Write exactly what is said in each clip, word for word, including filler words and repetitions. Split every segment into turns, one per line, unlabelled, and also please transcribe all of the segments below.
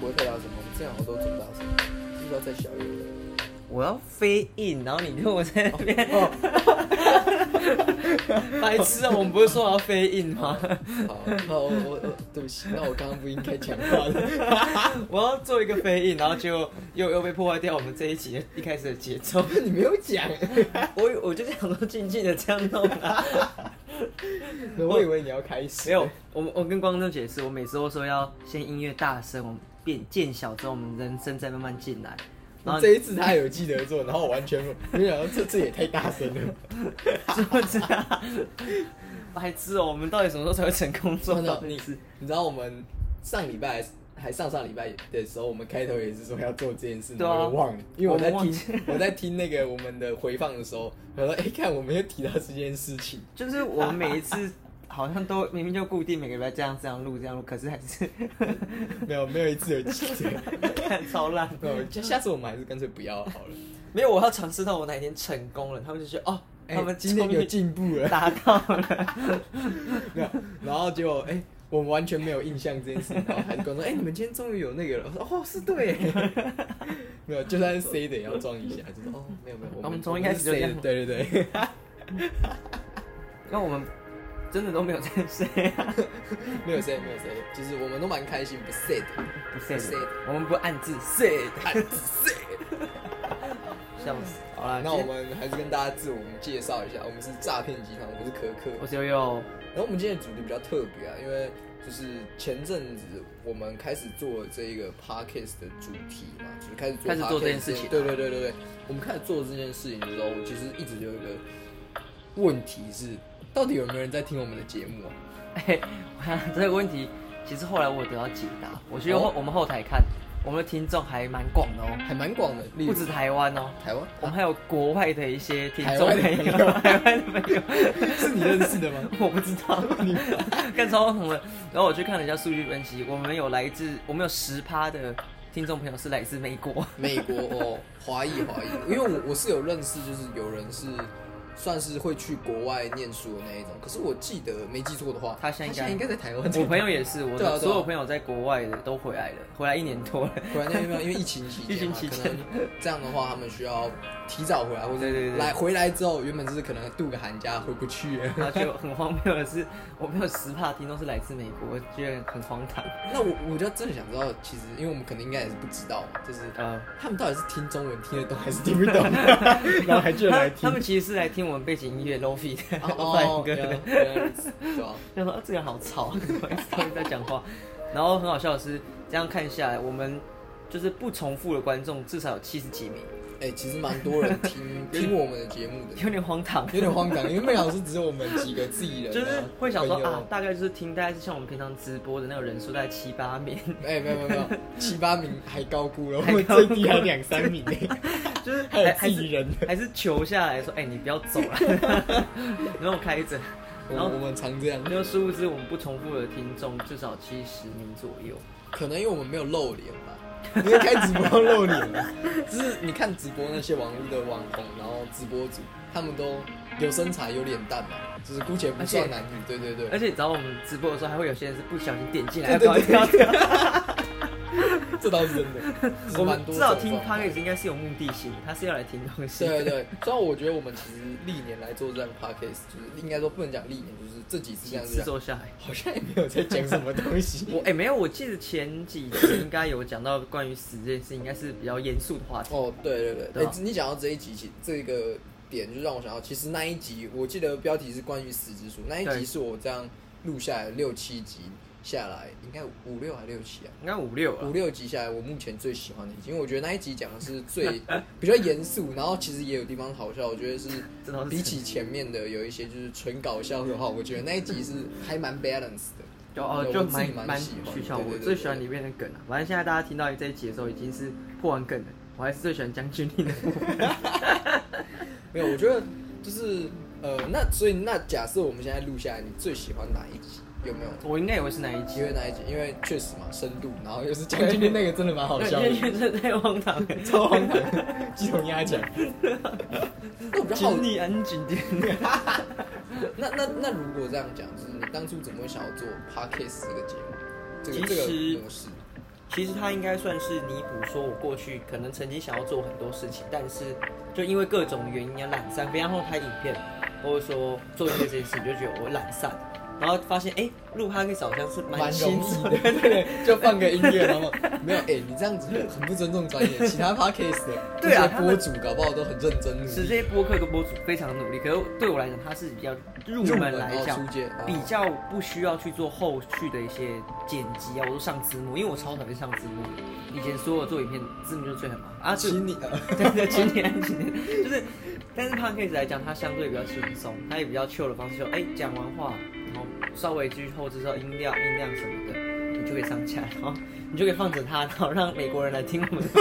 不会太大声吗？这样我都这么大声，是不是要再小一点？
我要飞印，然后你跟我在那边，
哦，
白痴啊！我们不是说要飞印吗？
好，好，我我对不起，那我刚刚不应该讲话的。
我要做一个飞印，然后就又又被破坏掉我们这一集一开始的节奏。
你没有讲，
我我就想说静静的这样弄啊。
我以为你要开始。
没有，我我跟观众解释，我每次都说要先音乐大声，我们变渐小之后，我们人声再慢慢进来。然后
这一次他有记得做，然后我完全没想到这次也太大声了，
是不是啊？白痴哦！我们到底什么时候才会成功做到？
你你知道我们上礼拜还上上礼拜的时候，我们开头也是说要做这件事，
对啊，
我忘了，因为我在
我
听我在听那个我们的回放的时候，我说哎、欸，看我没有提到这件事情，
就是我们每一次。好像都明明就固定每个礼拜这样这样录这样录，可是还是
没有没有一次有记得，
看超烂。
没有，下次我们还是干脆不要好了。
没有，我要尝试到我哪一天成功了，他们就觉得哦，
欸、
他们
今天有进步了，
达到了。
没有，然后结果哎、欸，我们完全没有印象这件事，然后还跟我说哎、欸，你们今天终于有那个了。我说哦，是对。没有，就算是 C 的也要装一下，就说哦，没有没有，
我们从一开始就这样。
对对对。
那我们。真的都没有在 say 啊，
没有 say 没有 say， 就是我们都蛮开心，不 say 的，
不 say 的，我们不暗自 say，
暗自 say，
笑死。好啦，
那我们还是跟大家自我介绍一下，我们是诈骗集团，我是可可，
我是悠悠。
然后我们今天的主题比较特别啊，因为就是前阵子我们开始做这一个 podcast 的主题嘛，就是开始做
开始做这件事情。
对对对对对，我们开始做这件事情的时候，我其实一直有一个问题是。到底有没有人在听我们的节目啊？
哎、欸，我想这个问题，其实后来我有得到解答。我去后、哦、我们后台看，我们的听众还蛮广的哦，
还蛮广的，
不止台湾哦，
台湾，
我们还有国外的一些听众朋友，台湾的朋友，
是你认识的吗？
我不知道，干超不同的。然后我去看了一下数据分析，我们有来自，我们有十趴的听众朋友是来自美国，
美国哦，华裔华裔，因为我我是有认识，就是有人是。算是会去国外念书的那一种，可是我记得没记错的话，
他现在
应该在台湾。
我朋友也是，我的所有朋友在国外的都回来了，回来一年多了。
回来那边因为疫情期间，
疫情期间
这样的话，他们需要提早回来，或者来回来之后，原本就是可能度个寒假回不去了。
然后就很荒谬的是，我朋友十趴听都是来自美国，我觉得很荒唐。
那我我就真的想知道，其实因为我们可能应该也是不知道嘛，就是呃，他们到底是听中文听得懂还是听不懂？然后还居然来听
他，他们其实是来听我们背景音乐 lofi 的
哦，
歌的，
对吧？
就说这个好吵，他们在讲话。然后很好笑的是，这样看下来，我们就是不重复的观众至少有七十几名。
哎、欸，其实蛮多人听听我们的节目的，
有点荒唐，
有点荒唐，因为妹老师只有我们几个自己人、啊，
就是会想说啊，大概就是听，大概是像我们平常直播的那个人数，大概七八名。
哎、欸，没有没有没有，七八名还高估了，我们最低还两三名呢，
就是
还有自己人
还是求下来说，哎、欸，你不要走了，然后开着。
然后我们常这样，
就殊不知我们不重复的听众至少七十名左右，
可能因为我们没有露脸吧。因为开直播要露脸了，就是你看直播那些网络的网红，然后直播主，他们都有身材有脸蛋嘛，就是姑且不算男女，对对对。
而且你知道我们直播的时候，还会有些人是不小心点进来，
对对对，这倒是真的。
我们至少听 podcast 应该是有目的性，他是要来听东西。
对对，虽然我觉得我们其实历年来做这样 podcast， 就是应该说不能讲历年，就是这几次这样子
做下来，
好像也没有在讲什么东西。
我哎、欸、没有，我记得前几集应该有讲到关于死这件事，应该是比较严肃的话题。
哦，对对对，
对
欸、你讲到这一集，这个点就让我想到，其实那一集我记得标题是关于死之书，那一集是我这样录下来六七集。下来应该五六还六七啊？
应该五六
五六集下来，我目前最喜欢的一集，因为我觉得那一集讲的是最比较严肃，然后其实也有地方好笑。我觉得是比起前面的有一些就是纯搞笑的话，我觉得那一集是还蛮 balance 的。
就哦，就蛮蛮
喜欢。
取巧，我最喜欢里面的梗啊。反正现在大家听到这一集的时候，已经是破完梗了。我还是最喜欢将军令的部分。
没有，我觉得就是呃，那所以那假设我们现在录下来，你最喜欢哪一集？有没有？
我应该以为是哪一集？
因为哪一集？因为确实嘛，深度，然后又是将军令那个真的蛮好笑的，
因为真的太荒唐了，
超荒唐，鸡同鸭讲。那我比较好，
请你安静点。
那那那如果这样讲，就是你当初怎么会想要做 podcast 这个节目，这个这个模式？
其实它应该算是弥补，说我过去可能曾经想要做很多事情，但是就因为各种原因啊懒散，比方说拍影片，或者说做音乐这件事，你就觉得我懒散。然后发现，哎，录 podcast 好像是蛮
容易的，对对对，就放个音乐，然后没有，哎，你这样子很不尊重专业。其他 podcast 的这些播主搞不好都很认真努力，
是这些播客的播主非常努力。可是对我来讲，他是比较入门来讲，比较不需要去做后续的一些剪辑啊，我都上字幕，因为我超讨厌上字幕。以前所有做影片字幕就最很麻烦啊，
请你，
对对，请你，请你，就是，但是 podcast 来讲，它相对比较轻松，它也比较 chill 的方式，就哎讲完话。然后稍微去后置之后音调、音量什么的，你就可以上架，然后你就可以放着它，然后让美国人来听我们的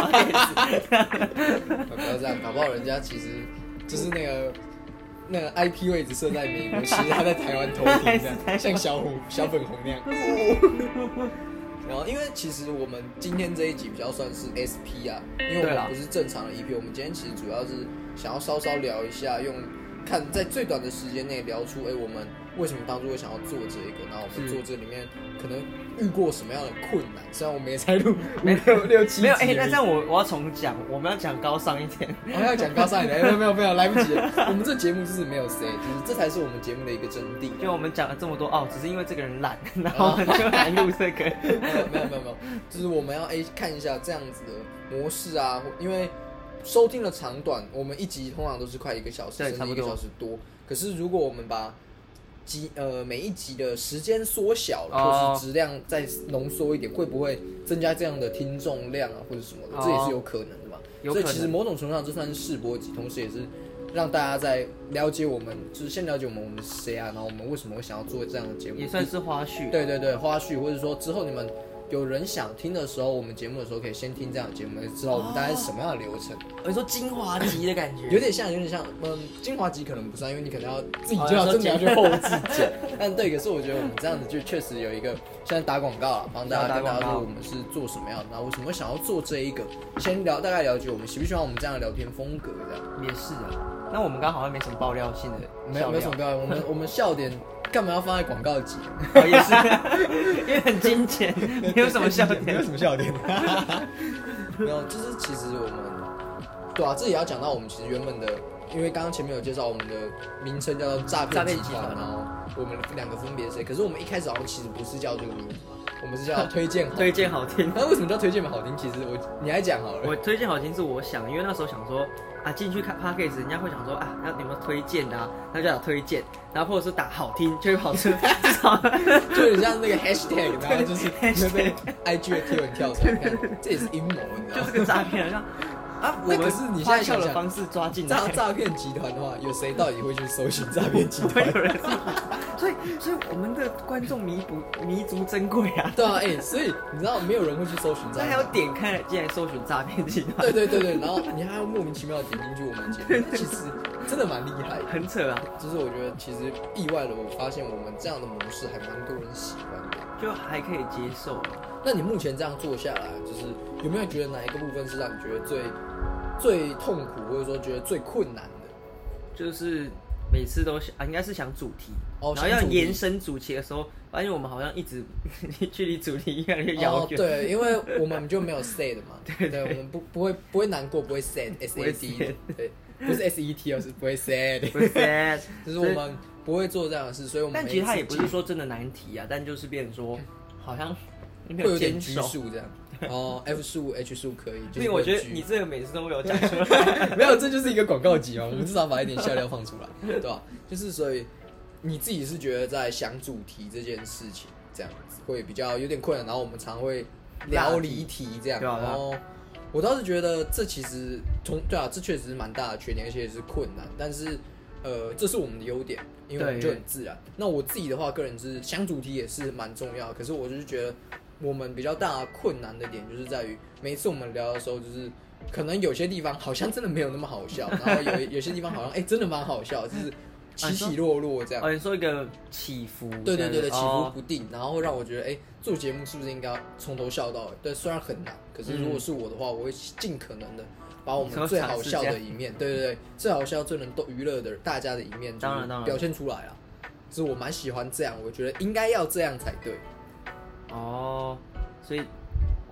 podcast。
不要这样，搞不好人家其实就是那个那个 I P 位置设在美国，其实他在台湾偷听这样，像小红、小粉红那样。然后，因为其实我们今天这一集比较算是 S P 啊，因为我们不是正常的 E P， 我们今天其实主要是想要稍稍聊一下，用看在最短的时间内聊出，哎，我们为什么当初会想要做这个，然后我们做这里面可能遇过什么样的困难？虽然我们也才录没有六七集，
没有哎，那这样我我要重讲，我们要讲高尚一点，
我们要讲高尚一点，没有没有没有来不及了。我们这节目就是没有 say， 就是这才是我们节目的一个真谛。
就我们讲了这么多哦，只是因为这个人懒，然后我们就来录这个。
没有没有没有没有，就是我们要哎看一下这样子的模式啊，因为收听的长短，我们一集通常都是快一个小时，甚至一个小时多。可是如果我们把集呃每一集的时间缩小了，或是质量再浓缩一点，会不会增加这样的听众量啊，或者什么的？这也是有可能的嘛。所以其实某种程度上，这算是试播集，同时也是让大家在了解我们，就是先了解我们我们是谁啊，然后我们为什么会想要做这样的节目，
也算是花絮。
对对对，花絮，或者说之后你们有人想听的时候，我们节目的时候可以先听这样的节目，知道我们大概是什么样的流程。
我、哦、说精华集的感觉，
有点像，有点像，嗯，精华集可能不算，因为你可能要自己就要真的要去后置剪。但对，可是我觉得我们这样子就确实有一个，现在打广告了，帮大家跟大家说我们是做什么样的，然后为什么会想要做这一个，先聊大概了解我们喜不喜欢我们这样的聊天风格，这样。
也是啊。那我们刚好像没什么爆料性的，
没有没有什么爆料，我们我们笑点。干嘛要放在广告集？
哦、也是，因为很精简，没有什么笑点，
没有什么笑点。没有，就是其实我们，对啊，这也要讲到我们其实原本的，因为刚刚前面有介绍我们的名称叫做诈骗集团，然后我们两个分别是谁？可是我们一开始好像其实不是叫这个名字，我们是叫推荐好
推荐好听。
那为什么叫推荐好听？其实我你来讲好了。
我推荐好听是我想，因为那时候想说。啊，进去看 podcast， 人家会想说啊，那有没有推荐的啊？那就打推荐，然后或者是打好听，就会跑出至少
就很像那个 hashtag， 然后就是被 I G 的贴文跳出来，看这也是阴谋，你知道吗？
就是个诈骗，像啊，我们
是你现在想
的方式抓进来
诈诈骗集团的话，有谁到底会去搜寻诈骗集团？
有人所以，所以我们的观众弥补弥足珍贵啊！
对啊，哎、欸，所以你知道没有人会去搜寻诈骗，
他还要点开进来搜寻诈骗集团。
对对对对，然后你还要莫名其妙的点进去我们节目，其实真的蛮厉害的，
很扯啊！
就是我觉得其实意外的，我发现我们这样的模式还蛮多人喜欢的，
就还可以接受。
那你目前这样做下来，就是有没有觉得哪一个部分是让你觉得最最痛苦，或者说觉得最困难的？
就是每次都想啊，应该是想主题，
哦、
然后要延伸主题的时候，发现我们好像一直距离主题越来越遥远、
哦。对，因为我们就没有 sad 嘛，对对，我们不不会不会难过，不会 sad，S A D， 对，不是 S E T 哦，是不会 sad，
不会 sad，
就是我们不会做这样的事，所以我们
但其实它也不是说真的难题啊，但就是变成说好像
会有点拘束这样。哦 ，F 十五 H 十五可以，
所以我觉得你这个每次都没有讲出来，
没有，这就是一个广告集嘛，我们至少把一点笑料放出来，对吧？就是所以你自己是觉得在想主题这件事情这样子会比较有点困难，然后我们常会聊离题这样，然后我倒是觉得这其实从对啊，这确实是蛮大的缺点，而且也是困难，但是呃，这是我们的优点，因为我们就很自然。那我自己的话，个人是想主题也是蛮重要的，可是我就是觉得。我们比较大的困难的点就是在于，每一次我们聊的时候，就是可能有些地方好像真的没有那么好笑，然后有有些地方好像哎、欸、真的蛮好笑，就是起起落落这样。
哦，你说一个起伏，
对对对对，起伏不定，然后会让我觉得哎、欸，做节目是不是应该从头笑到尾？对，虽然很难，可是如果是我的话，我会尽可能的把我们最好笑的一面，对对对，最好笑、最能逗娱乐的大家的一面，就是表现出来了。就是我蛮喜欢这样，我觉得应该要这样才对。
哦，所以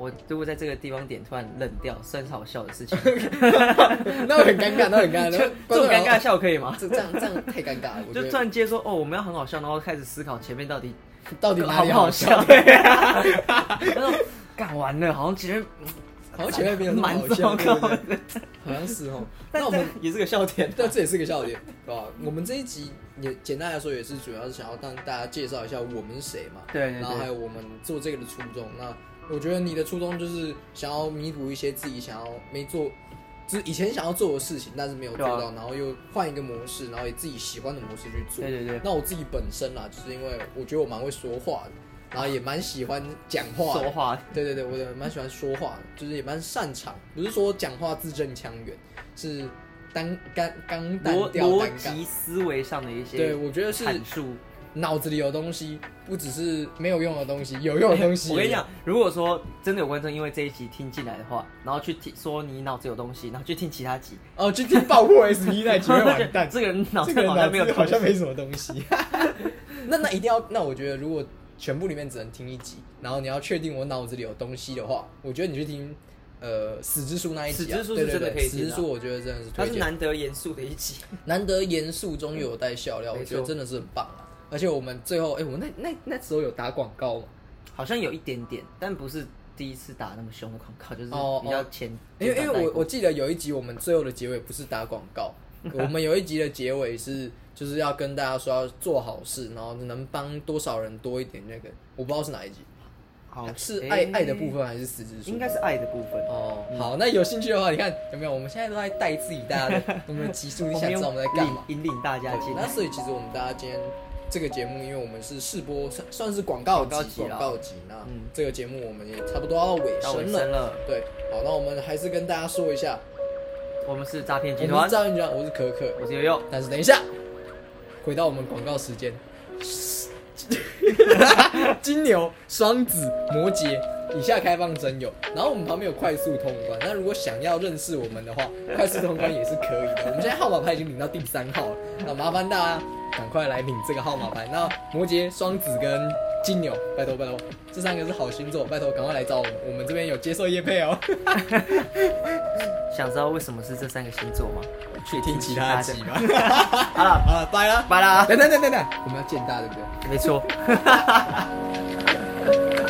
我如果在这个地方点突然冷掉，算是好笑的事情。
那会很尴尬，那很尴尬。
这种尴尬笑可以吗？
这这样这样太尴尬了。
就突然接说哦，我们要很好笑，然后开始思考前面到底
到底哪里
好
笑？
对啊，然后干完了，好像前面
好像前面没有那么好笑，对不对？好像是哦。那我们
也是个笑点，
对，这也是个笑点，对吧？我们这一集也简单来说，也是主要是想要让大家介绍一下我们是谁嘛，
对对对，
然后还有我们做这个的初衷。那我觉得你的初衷就是想要弥补一些自己想要没做，就是以前想要做的事情，但是没有做到，啊、然后又换一个模式，然后以自己喜欢的模式去做。
对对对。
那我自己本身啦，就是因为我觉得我蛮会说话的，然后也蛮喜欢讲话的，
说话。
对对对，我也蛮喜欢说话的，就是也蛮擅长，不是说讲话字正腔圆，是单刚刚单调
逻辑思维上的一些，
对我觉得是
阐述。
脑子里有东西，不只是没有用的东西，有用的东西。
我跟你讲，如果说真的有观众因为这一集听进来的话，然后去听说你脑子有东西，然后去听其他集，
哦，去听爆破 S P 那集会完蛋。
这个人脑子好像没有，
好像没什么东西。那那一定要，那我觉得如果全部里面只能听一集，然后你要确定我脑子里有东西的话，我觉得你去听呃死之书那一集、啊，
死之书是真的可以听、啊。
死之书我觉得真的是推荐，
它是难得严肃的一集，
难得严肃中又有带笑料，我觉得真的是很棒啊。而且我们最后，哎、欸，我那那那时候有打广告吗？
好像有一点点，但不是第一次打那么凶的广告，就是比较前。哦哦、
因为因为我我记得有一集我们最后的结尾不是打广告，我们有一集的结尾是就是要跟大家说要做好事，然后能帮多少人多一点那个，我不知道是哪一集。好，是爱、欸、爱的部分还是死之书？
应该是爱的部分
哦。嗯、好，那有兴趣的话，你看有没有？我们现在都在带自己大家的我们的集数，你想知道我们在干嘛？
引领大家进来。
那所以其实我们大家今天。这个节目，因为我们是试播，算是广告集，广告集。那、嗯、这个节目我们也差不多要尾声 了,
尾声了。
对，好，那我们还是跟大家说一下，
我们是诈骗集团，
我们是诈骗集团，我是可可，
我是悠悠。
但是等一下，回到我们广告时间，金牛、双子、摩羯。以下开放真友，然后我们旁边有快速通关。那如果想要认识我们的话，快速通关也是可以的。我们现在号码牌已经领到第三号了，那麻烦大家赶快来领这个号码牌。那摩羯、双子跟金牛，拜托拜托，这三个是好星座，拜托赶快来找我们，我们这边有接受业配哦。
想知道为什么是这三个星座吗？
去听其他集吧。
好了
好了，拜了
拜了。
等等等等等，我们要见大对不对？
没错。